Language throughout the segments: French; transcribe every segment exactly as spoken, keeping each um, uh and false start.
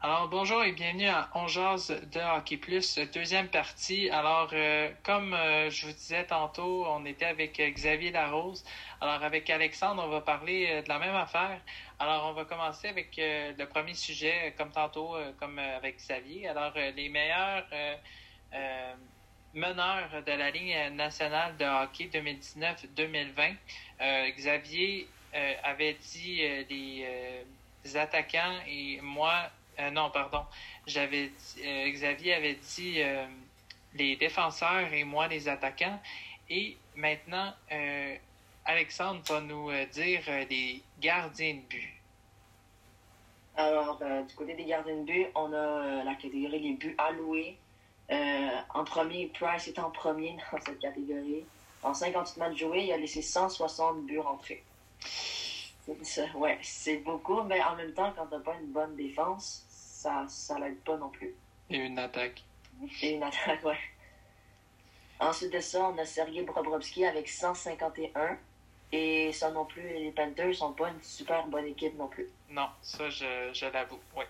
Alors, bonjour et bienvenue à On jase de Hockey Plus, deuxième partie. Alors, euh, comme euh, je vous disais tantôt, on était avec euh, Xavier Larose. Alors, avec Alexandre, on va parler euh, de la même affaire. Alors, on va commencer avec euh, le premier sujet, euh, comme tantôt, euh, comme euh, avec Xavier. Alors, euh, les meilleurs euh, euh, meneurs de la Ligue nationale de hockey deux mille dix-neuf deux mille vingt. Euh, Xavier euh, avait dit euh, les, euh, les attaquants et moi... Euh, non, pardon. J'avais dit- euh, Xavier avait dit euh, les défenseurs et moi les attaquants. Et maintenant, euh, Alexandre va nous euh, dire euh, les gardiens de but. Alors, euh, du côté des gardiens de but, on a euh, la catégorie des buts alloués. Euh, en premier, Price est en premier dans cette catégorie. En cinquante-huit matchs joués, il a laissé cent soixante buts rentrés. C'est, ouais, c'est beaucoup, mais en même temps, quand t'as pas une bonne défense, ça, ça l'aide pas non plus. Et une attaque. Et une attaque, ouais. Ensuite de ça, on a Sergei Bobrovsky avec cent cinquante et un. Et ça non plus, les Panthers sont pas une super bonne équipe non plus. Non, ça, je, je l'avoue, oui.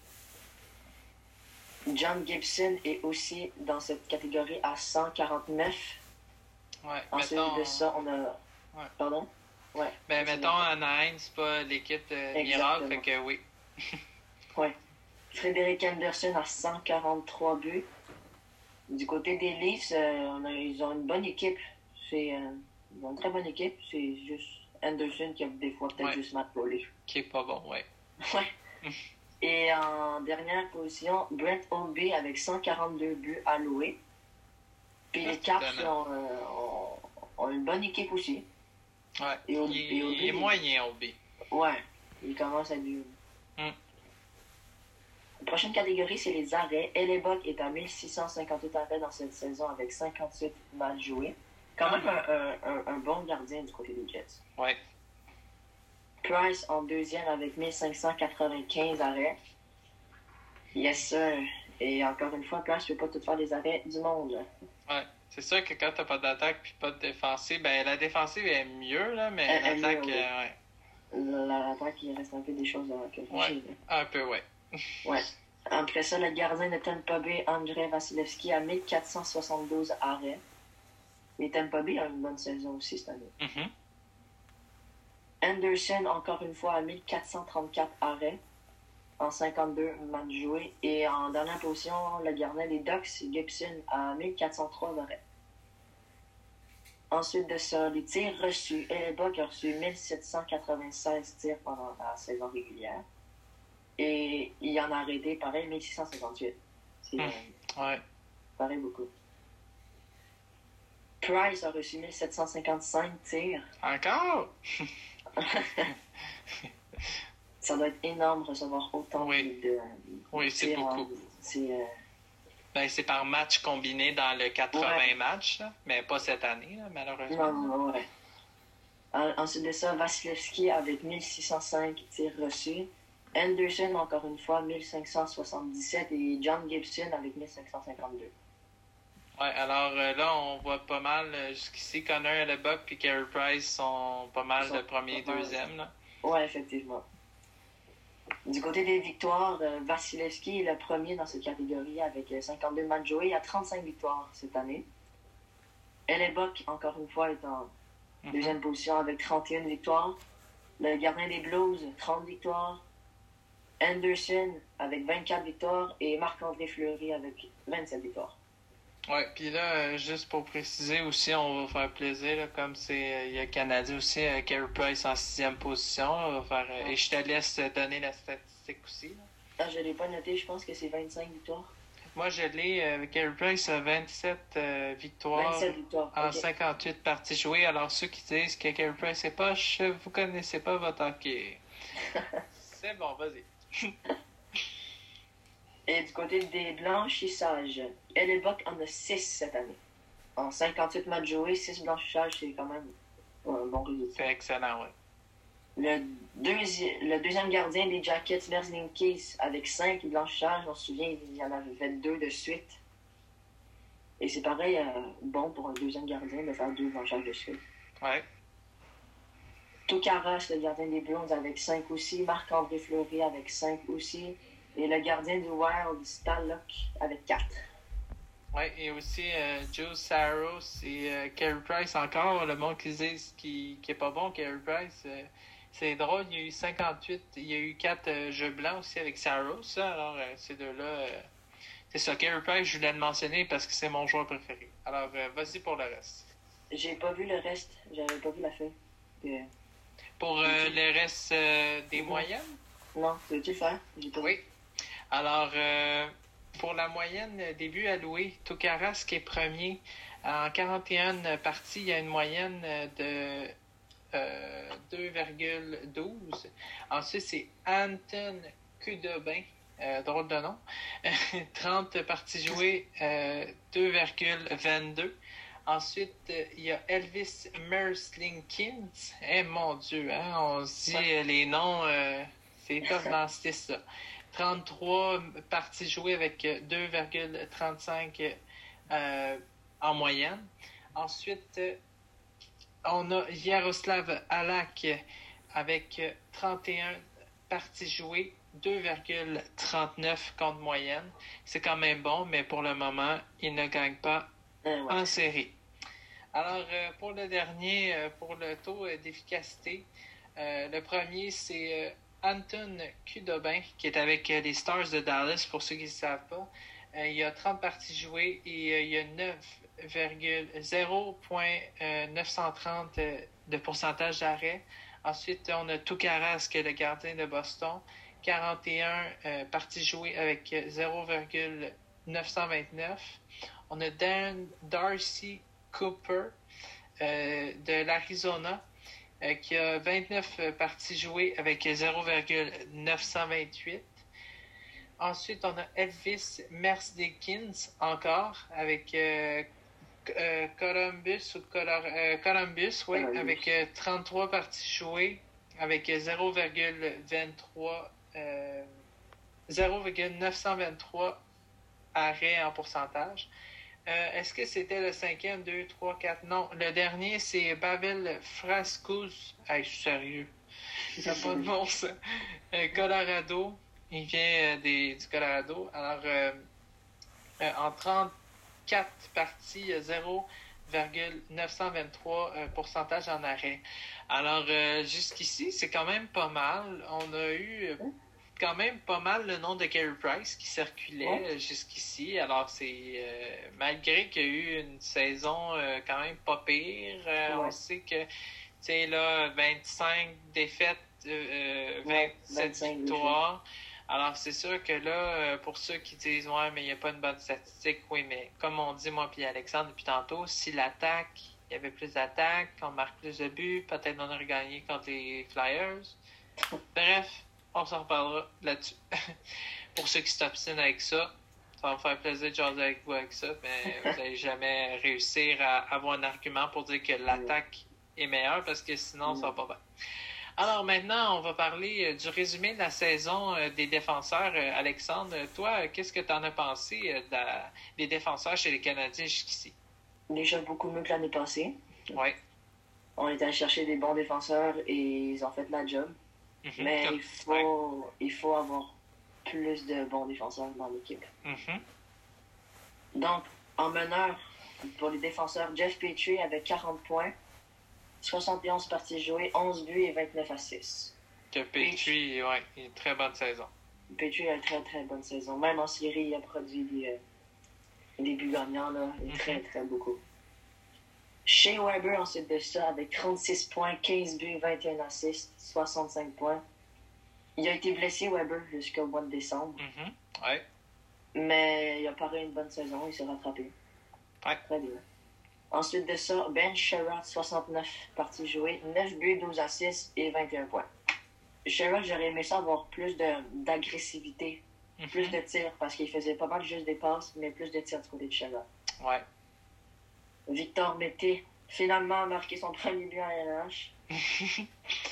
John Gibson est aussi dans cette catégorie à cent quarante-neuf. Ouais, Ensuite mettons... de ça, on a... Ouais. Pardon? Ouais. Ben, mettons, Anaheim, c'est pas l'équipe de miracle, fait que oui. Ouais. Frédéric Anderson a cent quarante-trois buts. Du côté des Leafs, euh, on a, ils ont une bonne équipe. C'est, euh, ils ont une très bonne équipe. C'est juste Anderson qui a des fois peut-être Ouais. juste mal pour lui. Qui est pas bon, ouais. Ouais. Et en dernière position, Brent Oldby avec cent quarante-deux buts alloués. Puis les Caps ont, euh, ont, ont une bonne équipe aussi. Ouais. Et Old- il, et Oldby, il est moyen, Oldby. Ouais, il commence à du. Mm. La prochaine catégorie, c'est les arrêts. Hellebuck est à mille six cent cinquante-huit arrêts dans cette saison avec cinquante-huit matchs joués. Quand même un, un, un, un bon gardien du côté des Jets. Ouais. Price en deuxième avec mille cinq cent quatre-vingt-quinze arrêts. Yes, sir. Et encore une fois, Price ne peut pas tout faire les arrêts du monde. Ouais. C'est sûr que quand t'as pas d'attaque puis pas de défensive, ben la défensive est mieux, là, mais Elle- elle l'attaque, est mieux, oui. euh, ouais. L'attaque, il reste un peu des choses à corriger. Ouais. Un peu, ouais. Ouais. Après ça, le gardien de Tampa Bay, Andrei Vasilevski, a mille quatre cent soixante-douze arrêts. Mais Tampa Bay a une bonne saison aussi cette année. Mm-hmm. Anderson, encore une fois, à mille quatre cent trente-quatre arrêts en cinquante-deux matchs joués. Et en dernière position, le gardien des Ducks, Gibson, à mille quatre cent trois arrêts. Ensuite de ça, les tirs reçus. Hellebuck a reçu mille sept cent quatre-vingt-seize tirs pendant la saison régulière. Et il en a arrêté, pareil, mille six cent cinquante-huit. C'est Mm. euh, Ouais. pareil beaucoup. Price a reçu mille sept cent cinquante-cinq tirs. Encore? Ça doit être énorme recevoir autant Oui. de, de Oui, c'est tirs. beaucoup. hein. C'est, euh, Ben, c'est par match combiné dans le quatre-vingts Ouais. matchs, là, mais pas cette année, là, malheureusement. Non, non, ouais. En- Ensuite de ça, Vasilevski avec mille six cent cinq tirs reçus. Anderson, encore une fois, mille cinq cent soixante-dix-sept. Et John Gibson avec mille cinq cent cinquante-deux. Ouais, alors euh, là, on voit pas mal, euh, jusqu'ici, Connor Hellebuck puis Carey Price sont pas mal Sont le premier et pas mal. deuxième, là. Ouais, effectivement. Du côté des victoires, euh, Vasilevski est le premier dans cette catégorie avec euh, cinquante-deux matchs joués. Il a trente-cinq victoires cette année. Hellebuck, encore une fois, est en Mhm. deuxième position avec trente et une victoires. Le gardien des Blues, trente victoires. Anderson avec vingt-quatre victoires. Et Marc-André Fleury avec vingt-sept victoires. Ouais, puis là, euh, juste pour préciser aussi, on va faire plaisir, là, comme c'est, euh, il y a le Canadien aussi, euh, Carey Price en sixième position, on va faire, euh, Ouais. et je te laisse euh, donner la statistique aussi, là. Ah, je ne l'ai pas noté, je pense que c'est vingt-cinq victoires. Moi, je l'ai, euh, Carey Price a vingt-sept euh, victoires vingt-sept victoires. en ok. cinquante-huit parties jouées. Alors, ceux qui disent que Carey Price est poche, vous connaissez pas votre hockey. C'est bon, vas-y. Et du côté des blanchissages, Hellebuck en a six cette année. En cinquante-huit matchs joués, six blanchissages, c'est quand même un bon résultat. C'est excellent, ouais. Le, deuxi- le deuxième gardien des Jackets, Merzlikins, avec cinq blanchissages, on se souvient, il y en avait fait deux de suite. Et c'est pareil, euh, bon pour un deuxième gardien de faire deux blanchissages de suite. Ouais. Tokaras, le gardien des Browns, avec cinq aussi. Marc-André Fleury avec cinq aussi. Et le gardien du Wild, Stallock, avec quatre. Oui, et aussi euh, Joe Saros et euh, Carey Price encore. Le monde qui dit qui qui est pas bon, Carey Price. Euh, c'est drôle, il y a eu cinquante-huit, il y a eu quatre euh, jeux blancs aussi avec Saros. Hein, alors, euh, ces deux-là, euh, c'est ça. Carey Price, je voulais le mentionner parce que c'est mon joueur préféré. Alors, euh, vas-y pour le reste. J'ai pas vu le reste. J'avais pas vu la fin. Euh... Pour euh, le reste euh, des mm-hmm. moyennes? Non, tu veux-tu le faire? J'ai pas oui. Vu. Alors, euh, pour la moyenne des buts alloués, Tokaras qui est premier. En quarante et un parties, il y a une moyenne de euh, deux virgule douze. Ensuite, c'est Anton Kudobin. Euh, drôle de nom. trente parties jouées, euh, deux virgule vingt-deux. Ensuite, euh, il y a Elvis Merzlikins. Eh mon Dieu, hein, on se dit euh, les noms, euh, c'est tough dans ce style, ça. trente-trois parties jouées avec deux virgule trente-cinq euh, en moyenne. Ensuite, euh, on a Yaroslav Halak avec trente et un parties jouées, deux virgule trente-neuf contre moyenne. C'est quand même bon, mais pour le moment, il ne gagne pas euh, ouais. en série. Alors, euh, pour le dernier, euh, pour le taux euh, d'efficacité, euh, le premier, c'est euh, Anton Kudobin, qui est avec euh, les Stars de Dallas, pour ceux qui ne savent pas. Euh, il y a trente parties jouées et euh, il y a zéro virgule neuf cent trente euh, de pourcentage d'arrêt. Ensuite, on a Tokaras, qui est le gardien de Boston, quarante et un euh, parties jouées avec zéro virgule neuf cent vingt-neuf. On a Dan Darcy Cooper euh, de l'Arizona, euh, qui a vingt-neuf parties jouées avec zéro virgule neuf cent vingt-huit. Ensuite, on a Elvis Merzlikins encore avec euh, euh, Columbus ou Color, euh, Columbus, oui, Columbus. Avec euh, trente-trois parties jouées avec zéro virgule vingt-trois euh, zéro virgule neuf cent vingt-trois arrêts en pourcentage. Euh, est-ce que c'était le cinquième, deux, trois, quatre? Non, le dernier, c'est Pavel Frascus. Hey, je suis sérieux. Ça n'a pas de bon, ça. Euh, Colorado. Il vient euh, des, du Colorado. Alors, euh, euh, en trente-quatre parties, zéro virgule neuf cent vingt-trois euh, pourcentage en arrêt. Alors, euh, jusqu'ici, c'est quand même pas mal. On a eu euh, quand même pas mal le nom de Carey Price qui circulait ouais. jusqu'ici. Alors, c'est euh, malgré qu'il y a eu une saison euh, quand même pas pire, euh, ouais. on sait que, tu sais, là, vingt-cinq défaites, euh, vingt-sept ouais, victoires. Alors, c'est sûr que là, pour ceux qui disent « Ouais, mais il n'y a pas une bonne statistique », oui, mais comme on dit, moi puis Alexandre depuis tantôt, si l'attaque, il y avait plus d'attaques, on marque plus de buts, peut-être on aurait gagné contre les Flyers. Bref, on s'en reparlera là-dessus. Pour ceux qui s'obstinent avec ça, ça va me faire plaisir de jaser avec vous avec ça, mais vous n'allez jamais réussir à avoir un argument pour dire que l'attaque est meilleure, parce que sinon, ça va pas bien. Alors maintenant, on va parler euh, du résumé de la saison euh, des défenseurs. Euh, Alexandre, toi, qu'est-ce que tu en as pensé euh, de la, des défenseurs chez les Canadiens jusqu'ici? Déjà beaucoup mieux que l'année passée. Oui. On est allé chercher des bons défenseurs et ils ont fait la job. Mm-hmm. Mais il faut, ouais. il faut avoir plus de bons défenseurs dans l'équipe. Mm-hmm. Donc, en meneur, pour les défenseurs, Jeff Petrie avec quarante points. soixante et onze parties jouées, onze buts et vingt-neuf assists. Que Petrie, oui, une très bonne saison. Petrie a une très très bonne saison. Même en série, il a produit des, euh, des buts gagnants, là, mm-hmm. très très beaucoup. Shea Weber, ensuite de ça, avec trente-six points, quinze buts, vingt et un assists, soixante-cinq points. Il a été blessé, Weber, jusqu'au mois de décembre. Mm-hmm. Ouais. Mais il a paru une bonne saison, il s'est rattrapé. Ouais. Très bien. Ensuite de ça, Ben Sherratt, soixante-neuf parties jouées, neuf buts, douze assists et vingt et un points. Sherratt, j'aurais aimé ça avoir plus de, d'agressivité, mm-hmm. plus de tirs, parce qu'il faisait pas mal juste des passes, mais plus de tirs du côté de Sherratt. Ouais. Victor Mété, finalement, a marqué son premier but en N H.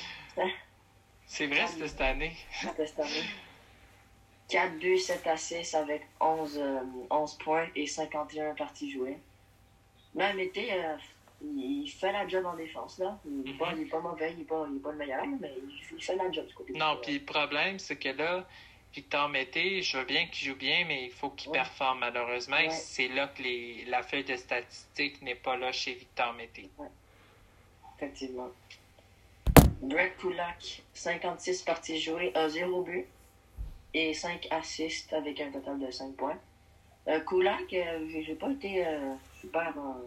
C'est vrai, c'était cette année. C'était cette année. quatre buts, sept assists avec onze, euh, onze points et cinquante et un parties jouées. Mais Mété, euh, il fait la job en défense, là. Il n'est pas, mm-hmm. pas mauvais, il n'est pas, pas le meilleur, mais il, il fait la job du côté. Non, puis le problème, c'est que là, Victor Mété, je veux bien qu'il joue bien, mais il faut qu'il ouais. performe malheureusement. Ouais. Et c'est là que les, la feuille de statistiques n'est pas là chez Victor Mété. Ouais. Effectivement. Brett Kulak, cinquante-six parties jouées, a zéro but et cinq assists avec un total de cinq points. Euh, Kulak, euh, j'ai pas été euh, super, euh,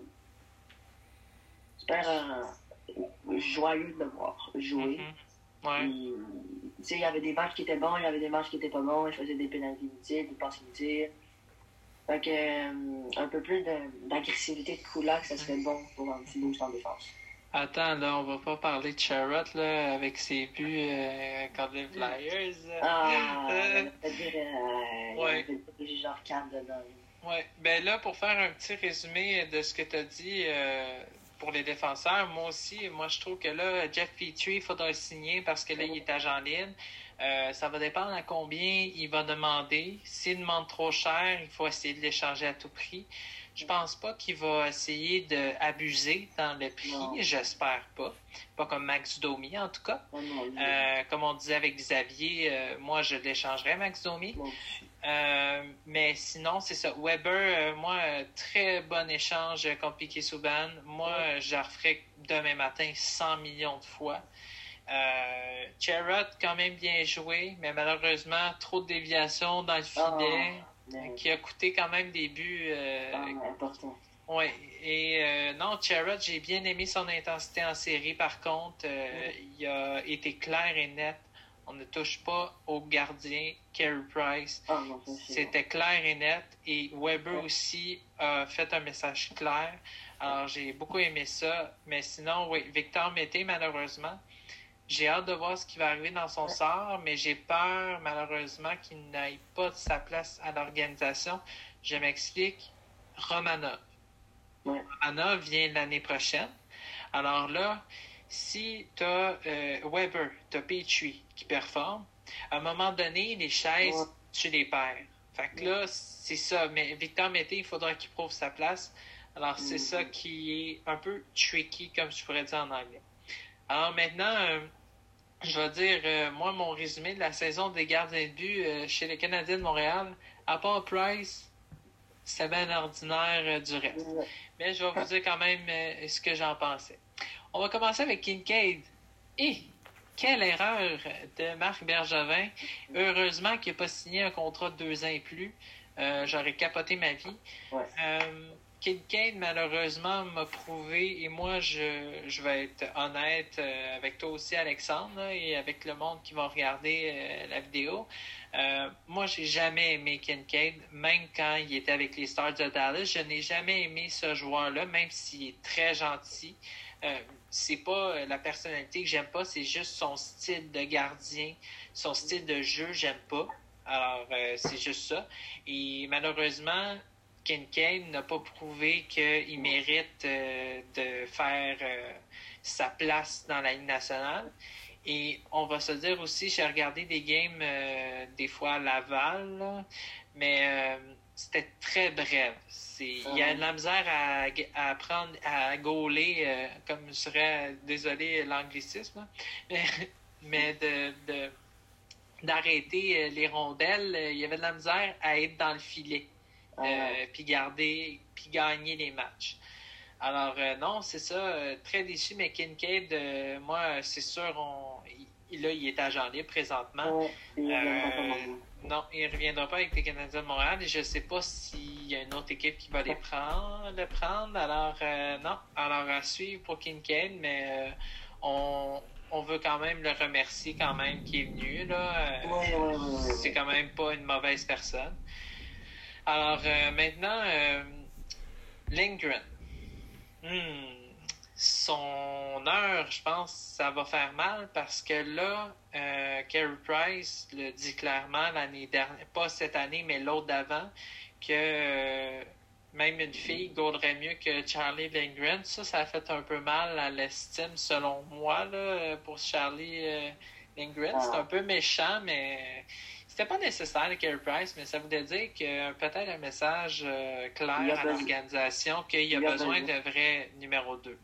super euh, joyeux de le voir jouer. Mm-hmm. Ouais. Il y avait des matchs qui étaient bons, il y avait des matchs qui étaient pas bons, il faisait des pénalités inutiles, des passes inutiles. Fait que, euh, un peu plus de, d'agressivité de Kulak, ça serait bon pour un petit boost en défense. Attends, là, on va pas parler de Sherrod, là, avec ses buts euh, contre les Flyers. Ah, euh, on va dire, euh, ouais. Il y avait genre quatre dedans. Ouais, ben là, pour faire un petit résumé de ce que tu as dit euh, pour les défenseurs, moi aussi, moi je trouve que là, Jeff Petrie, il faudra le signer parce que là, il est agent libre. Euh, ça va dépendre à combien il va demander. S'il demande trop cher, il faut essayer de l'échanger à tout prix. Je pense pas qu'il va essayer d'abuser dans le prix, non. J'espère pas. Pas comme Max Domi, en tout cas. Non, non, non. Euh, comme on disait avec Xavier, euh, moi, je l'échangerais, Max Domi. Euh, mais sinon, c'est ça. Weber, euh, moi, euh, très bon échange contre Piquet Souban. Moi, ouais. Je referais demain matin cent millions de fois. Euh, Sherrod, quand même bien joué, mais malheureusement, trop de déviations dans le filet. Oh. Mais... qui a coûté quand même des buts euh, ah, important. Oui, et euh, non, Sherrod, j'ai bien aimé son intensité en série. Par contre, euh, oui. Il a été clair et net. On ne touche pas au gardien Carey Price. Ah, non, c'était bon. Clair et net. Et Weber oui. Aussi a fait un message clair. Alors, j'ai beaucoup aimé ça. Mais sinon, oui, Victor Mété, malheureusement, j'ai hâte de voir ce qui va arriver dans son sort, mais j'ai peur, malheureusement, qu'il n'aille pas de sa place à l'organisation. Je m'explique. Romanov. Ouais. Romanov vient l'année prochaine. Alors là, si tu as euh, Weber, tu as Petrie qui performe, à un moment donné, les chaises, ouais. Tu les perds. Fait que ouais. Là, c'est ça. Mais Victor Mété, il faudra qu'il prouve sa place. Alors, c'est mm-hmm. ça qui est un peu tricky, comme je pourrais dire en anglais. Alors maintenant, euh, je vais dire, euh, moi, mon résumé de la saison des gardiens de but euh, chez les Canadiens de Montréal, à part Price, c'était bien ordinaire euh, du reste. Ouais. Mais je vais vous dire quand même euh, ce que j'en pensais. On va commencer avec Kincaid. Et quelle erreur de Marc Bergevin. Heureusement qu'il n'a pas signé un contrat de deux ans et plus. Euh, j'aurais capoté ma vie. Ouais. Euh, Kincaid, malheureusement, m'a prouvé, et moi, je, je vais être honnête euh, avec toi aussi, Alexandre, là, et avec le monde qui va regarder euh, la vidéo. Euh, moi, j'ai jamais aimé Kincaid, même quand il était avec les Stars de Dallas. Je n'ai jamais aimé ce joueur-là, même s'il est très gentil. Euh, c'est pas la personnalité que j'aime pas, c'est juste son style de gardien, son style de jeu, j'aime pas. Alors, euh, c'est juste ça. Et malheureusement, Kincaid n'a pas prouvé qu'il mérite euh, de faire euh, sa place dans la Ligue nationale. Et on va se dire aussi, j'ai regardé des games euh, des fois à Laval, là, mais euh, c'était très bref. C'est, il y a de la misère à, à apprendre à gauler, euh, comme je serais, désolé l'anglicisme, mais, mais de, de, d'arrêter les rondelles, il y avait de la misère à être dans le filet. Euh, puis garder, puis gagner les matchs. Alors, euh, non, c'est ça, euh, très déçu, mais Kincaid, euh, moi, c'est sûr, on, il, là, il est agent libre présentement. Ouais, il euh, non, il ne reviendra pas avec les Canadiens de Montréal, et je ne sais pas s'il y a une autre équipe qui va les prendre, le prendre. Alors, euh, non, alors à suivre pour Kincaid, mais euh, on, on veut quand même le remercier, quand même, qui est venu, là. Euh, ouais, ouais, ouais, ouais. C'est quand même pas une mauvaise personne. Alors, euh, maintenant, euh, Lindgren. Hmm. Son heure, je pense, ça va faire mal parce que là, euh, Carey Price le dit clairement l'année dernière, pas cette année, mais l'autre d'avant, que euh, même une fille gaulerait mieux que Charlie Lindgren. Ça, ça a fait un peu mal à l'estime, selon moi, là, pour Charlie euh, Lindgren. C'est un peu méchant, mais... C'était pas nécessaire, le Carey Price, mais ça voulait dire que peut-être un message euh, clair à l'organisation qu'il y a, a besoin d'un vrai numéro deux.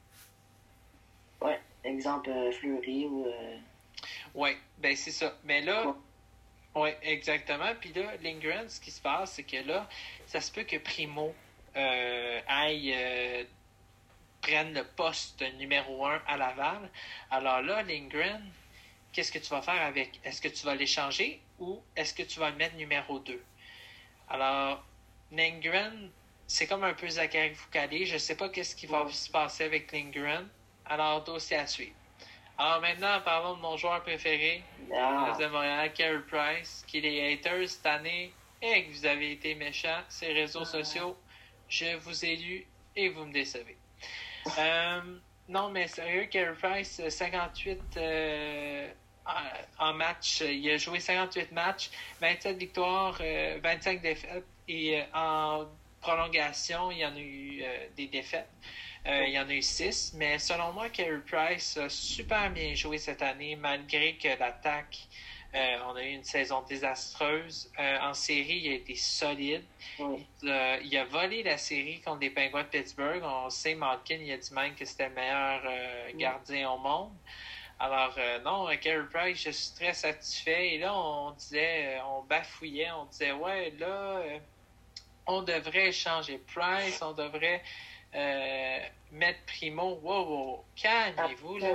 Ouais, exemple euh, Fleury ou... Euh... Ouais, ben c'est ça. Mais là, Oui, exactement. Puis là, Lindgren, ce qui se passe, c'est que là, ça se peut que Primo euh, aille euh, prenne le poste numéro un à Laval. Alors là, Lindgren, qu'est-ce que tu vas faire avec? Est-ce que tu vas l'échanger ou est-ce que tu vas le mettre numéro deux? Alors, Lindgren, c'est comme un peu Zachary Foucalé. Je ne sais pas qu'est-ce qui va se passer avec Lindgren. Alors, dossier à suivre. Alors maintenant, parlons de mon joueur préféré, Ah. de Montréal, Carey Price, qui les haters cette année, et que vous avez été méchants, ces réseaux sociaux, je vous ai lu et vous me décevez. euh, non, mais sérieux, Carey Price, cinquante-huit euh, en match, il a joué cinquante-huit matchs, vingt-sept victoires, euh, vingt-cinq défaites, et euh, en prolongation, il y en a eu euh, des défaites. Euh, il y en a eu six, mais selon moi, Carey Price a super bien joué cette année, malgré que l'attaque, euh, on a eu une saison désastreuse. Euh, en série, il a été solide. Oui. Euh, il a volé la série contre les Penguins de Pittsburgh. On sait, Malkin, il a dit même que c'était le meilleur euh, gardien au monde. Alors, euh, non, Carey Price, je suis très satisfait. Et là, on disait, on bafouillait, on disait, ouais, là, euh, on devrait échanger Price, on devrait... Euh, mettre Primo, wow, wow, calmez-vous là.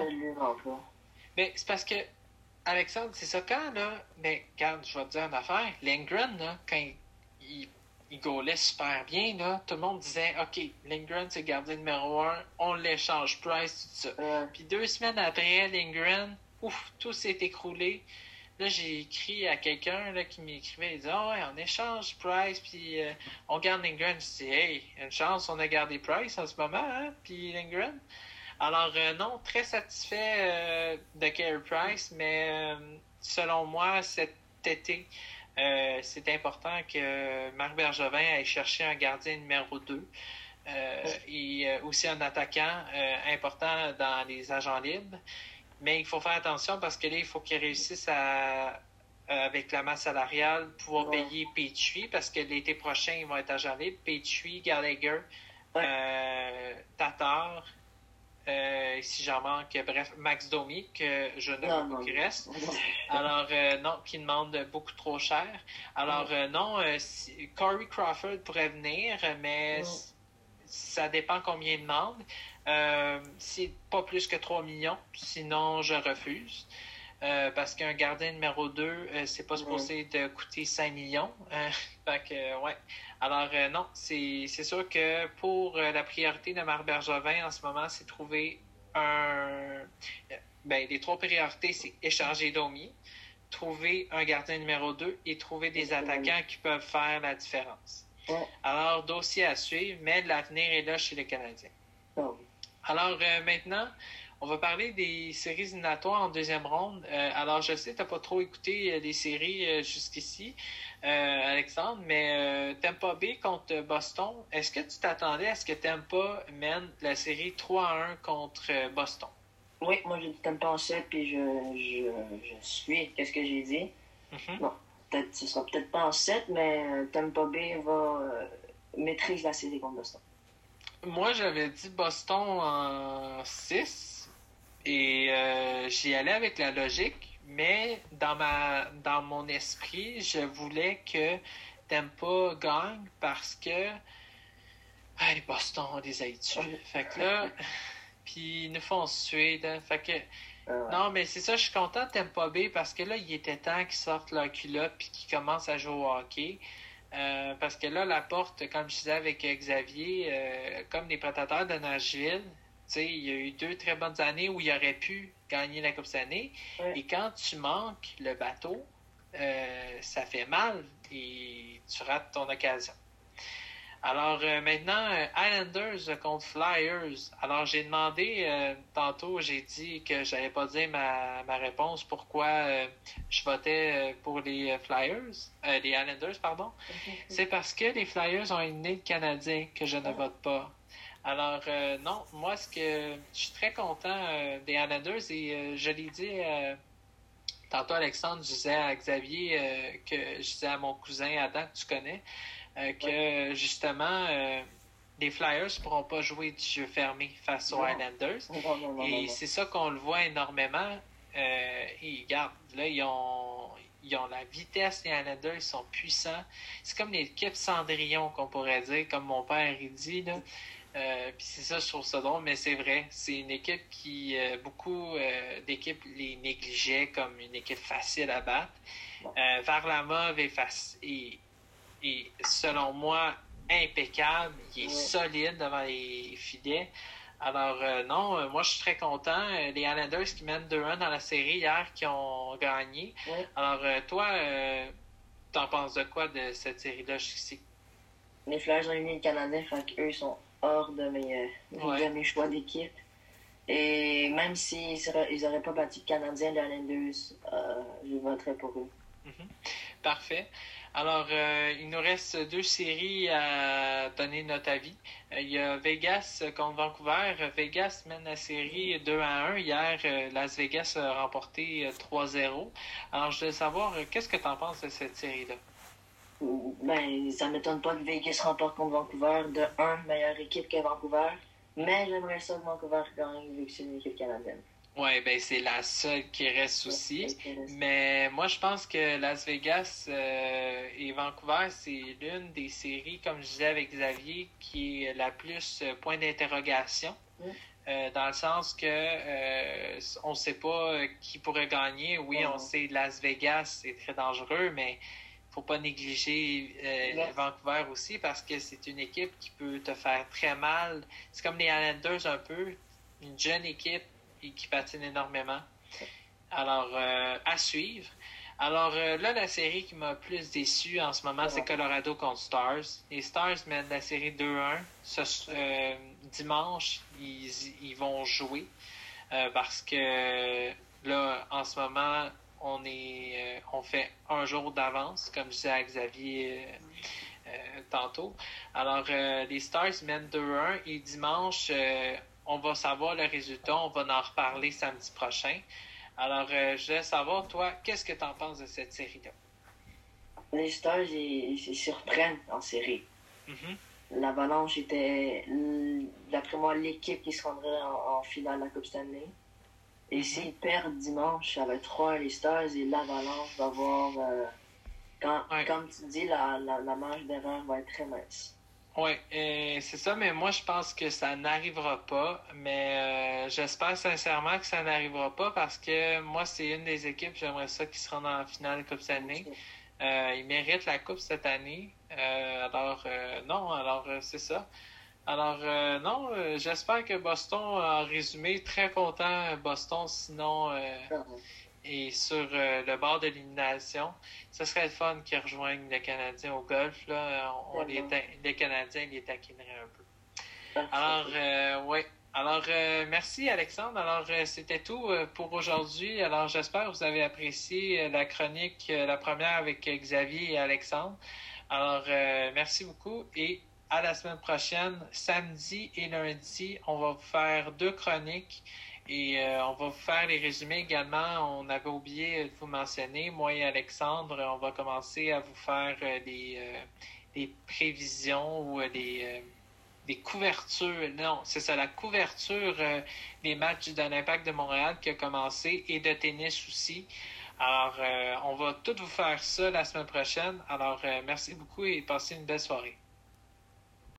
Mais c'est parce que Alexandre, c'est ça quand là, mais regarde, je vais te dire une affaire, Lindgren là, quand il, il, il gaulait super bien là, tout le monde disait ok, Lindgren c'est gardien numéro un, on l'échange, Price, tout ça. Euh. Puis deux semaines après, Lindgren, ouf, tout s'est écroulé. Là, j'ai écrit à quelqu'un là, qui m'écrivait, il disait ah oh, ouais, on échange Price, puis euh, on garde Lindgren. Je dis hey, une chance, on a gardé Price en ce moment, hein, puis Lindgren. Alors, euh, non, très satisfait euh, de Carey Price, mais euh, selon moi, cet été, euh, c'est important que Marc Bergevin aille chercher un gardien numéro deux. Euh, et euh, aussi un attaquant euh, important dans les agents libres. Mais il faut faire attention parce que là, il faut qu'ils réussissent à, avec la masse salariale, pouvoir ouais. payer Petrie parce que l'été prochain, ils vont être agents libres. Petrie, Gallagher, ouais. euh, Tatar, euh, si j'en manque, bref, Max Domi, que je ne veux pas qu'il reste. Alors, euh, non, qui demande beaucoup trop cher. Alors, euh, non, euh, si, Corey Crawford pourrait venir, mais ouais. ça dépend combien il demande. Euh, c'est pas plus que trois millions, sinon je refuse. Euh, parce qu'un gardien numéro deux, euh, c'est pas supposé de coûter cinq millions. Euh, fait que, euh, ouais. Alors, euh, non, c'est, c'est sûr que pour euh, la priorité de Marc Bergevin en ce moment, c'est trouver un. Ben, les trois priorités, c'est échanger Domi, trouver un gardien numéro deux et trouver des attaquants qui peuvent faire la différence. Alors, dossier à suivre, mais l'avenir est là chez les Canadiens. Alors, euh, maintenant, on va parler des séries éliminatoires en deuxième ronde. Euh, alors, je sais que tu n'as pas trop écouté euh, les séries euh, jusqu'ici, euh, Alexandre, mais euh, Tampa Bay contre Boston, est-ce que tu t'attendais à ce que Tampa mène la série trois à un contre euh, Boston? Oui, moi j'ai dit Tampa en sept, puis je, je, je suis. Qu'est-ce que j'ai dit? Mm-hmm. Bon, peut-être, ce sera peut-être pas en sept, mais Tampa Bay va euh, maîtriser la série contre Boston. Moi, j'avais dit Boston en six et euh, j'y allais avec la logique, mais dans ma dans mon esprit, je voulais que Tampa gagne parce que hey, Boston, on les a tués. Fait que là, puis ils nous font suer. Là. Fait que euh... non, mais c'est ça, je suis content de Tampa Bay parce que là, il était temps qu'ils sortent leur culotte puis qu'ils commencent à jouer au hockey. Euh, parce que là, la porte, comme je disais avec Xavier, euh, comme les Prédateurs de Nashville, il y a eu deux très bonnes années où il aurait pu gagner la Coupe Stanley. Ouais. Et quand tu manques le bateau, euh, ça fait mal et tu rates ton occasion. Alors euh, maintenant, euh, Islanders contre Flyers. Alors j'ai demandé, euh, tantôt j'ai dit que j'allais pas dire ma, ma réponse, pourquoi euh, je votais euh, pour les Flyers, euh, les Islanders, pardon. C'est parce que les Flyers ont éliminé le Canadien que je ne vote pas. Alors euh, non, moi ce que je suis très content euh, des Islanders et euh, je l'ai dit euh, tantôt Alexandre, je disais à Xavier euh, que je disais à mon cousin Adam que tu connais. Euh, que ouais. justement euh, les Flyers ne pourront pas jouer du jeu fermé face aux non. Islanders. Non, non, non, et non, c'est ça qu'on le voit énormément. Euh, et regarde, là, ils ont, ils ont la vitesse, les Islanders, ils sont puissants. C'est comme l'équipe Cendrillon, qu'on pourrait dire, comme mon père il dit, là. Euh, puis c'est ça, je trouve ça drôle, mais c'est vrai. C'est une équipe qui, euh, beaucoup euh, d'équipes les négligeaient comme une équipe facile à battre. Euh, Varlamov est, faci- est, est, selon moi, impeccable. Il est ouais. solide devant les filets. Alors, euh, non, euh, moi, je suis très content. Euh, les Islanders qui mènent deux un dans la série hier, qui ont gagné. Ouais. Alors, euh, toi, euh, t'en penses de quoi de cette série-là jusqu'ici? Les Flyers ont éliminé le Canadien, fait qu'eux, ils sont hors de mes, ouais. de mes choix d'équipe. Et même s'ils n'auraient pas battu le Canadien, les Islanders, euh, je voterais pour eux. Mm-hmm. Parfait. Alors, euh, il nous reste deux séries à donner notre avis. Euh, il y a Vegas contre Vancouver. Vegas mène la série deux à un. Hier, euh, Las Vegas a remporté trois zéro. Alors, je voulais savoir, euh, qu'est-ce que tu en penses de cette série-là? Ben, ça ne m'étonne pas que Vegas remporte contre Vancouver. De un, meilleure équipe que Vancouver. Mais j'aimerais ça que Vancouver gagne vu que c'est une équipe canadienne. Oui, ben c'est la seule qui reste aussi. Mais moi, je pense que Las Vegas euh, et Vancouver, c'est l'une des séries, comme je disais avec Xavier, qui est la plus euh, point d'interrogation. Mm. Euh, dans le sens que euh, on ne sait pas qui pourrait gagner. Oui, mm. on sait Las Vegas, c'est très dangereux, mais il ne faut pas négliger euh, yes. Vancouver aussi parce que c'est une équipe qui peut te faire très mal. C'est comme les Islanders un peu, une jeune équipe qui patine énormément. Alors, euh, à suivre. Alors, euh, là, la série qui m'a plus déçu en ce moment, c'est Colorado contre Stars. Les Stars mènent la série deux un. Ce, euh, dimanche, ils, ils vont jouer euh, parce que là, en ce moment, on est, euh, on fait un jour d'avance, comme je disais à Xavier euh, euh, tantôt. Alors, euh, les Stars mènent deux un et dimanche, euh, on va savoir le résultat. On va en reparler samedi prochain. Alors, euh, je voulais savoir, toi, qu'est-ce que tu en penses de cette série-là? Les Stars, ils, ils surprennent en série. Mm-hmm. L'Avalanche était, d'après moi, l'équipe qui se rendrait en, en finale de la Coupe Stanley. Et mm-hmm. s'ils perdent dimanche, ça va être trois les Stars et l'Avalanche va avoir, euh, quand, ouais. comme tu dis, la, la, la marge d'erreur va être très mince. Oui, euh, c'est ça, mais moi, je pense que ça n'arrivera pas. Mais euh, j'espère sincèrement que ça n'arrivera pas parce que moi, c'est une des équipes, j'aimerais ça qu'ils se rendent en finale de Coupe cette année. Euh, ils méritent la Coupe cette année. Euh, alors, euh, non, alors euh, c'est ça. Alors, euh, non, euh, j'espère que Boston, en résumé, très content, Boston, sinon... Euh, et sur euh, le bord de l'élimination, ce serait le fun qu'ils rejoignent le Canadien au golf. Là. On, on les, les Canadiens les taquineraient un peu. Alors, euh, oui. Alors, euh, merci Alexandre. Alors, euh, c'était tout euh, pour aujourd'hui. Alors, j'espère que vous avez apprécié euh, la chronique, euh, la première avec euh, Xavier et Alexandre. Alors, euh, merci beaucoup et à la semaine prochaine, samedi et lundi, on va vous faire deux chroniques. Et euh, on va vous faire les résumés également. On avait oublié de vous mentionner, moi et Alexandre, on va commencer à vous faire euh, des, euh, des prévisions ou euh, des, euh, des couvertures. Non, c'est ça, la couverture euh, des matchs de l'Impact de Montréal qui a commencé et de tennis aussi. Alors, euh, on va tout vous faire ça la semaine prochaine. Alors, euh, merci beaucoup et passez une belle soirée.